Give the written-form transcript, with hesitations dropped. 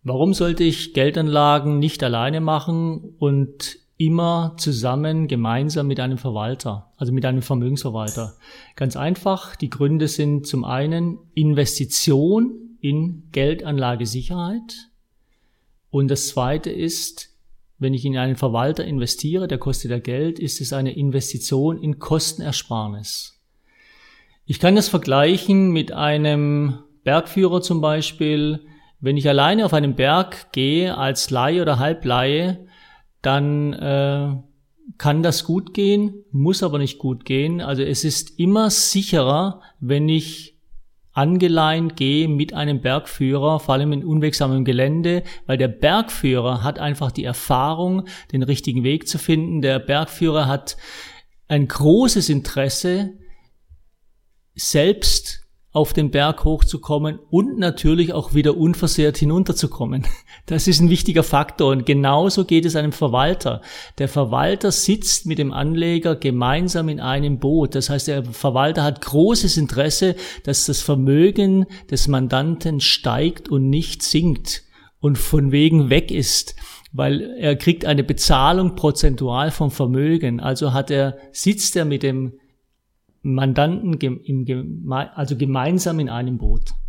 Warum sollte ich Geldanlagen nicht alleine machen und immer zusammen, gemeinsam mit einem Verwalter, also mit einem Vermögensverwalter? Ganz einfach, die Gründe sind zum einen Investition in Geldanlagesicherheit und das zweite ist, wenn ich in einen Verwalter investiere, der kostet ja Geld, ist es eine Investition in Kostenersparnis. Ich kann das vergleichen mit einem Bergführer zum Beispiel. Wenn ich alleine auf einen Berg gehe als Laie oder Halblaie, dann kann das gut gehen, muss aber nicht gut gehen. Also es ist immer sicherer, wenn ich angeleint gehe mit einem Bergführer, vor allem in unwegsamem Gelände, weil der Bergführer hat einfach die Erfahrung, den richtigen Weg zu finden. Der Bergführer hat ein großes Interesse, selbst auf den Berg hochzukommen und natürlich auch wieder unversehrt hinunterzukommen. Das ist ein wichtiger Faktor und genauso geht es einem Verwalter. Der Verwalter sitzt mit dem Anleger gemeinsam in einem Boot. Das heißt, der Verwalter hat großes Interesse, dass das Vermögen des Mandanten steigt und nicht sinkt und von wegen weg ist, weil er kriegt eine Bezahlung prozentual vom Vermögen. Also sitzt er mit dem Mandanten also gemeinsam in einem Boot.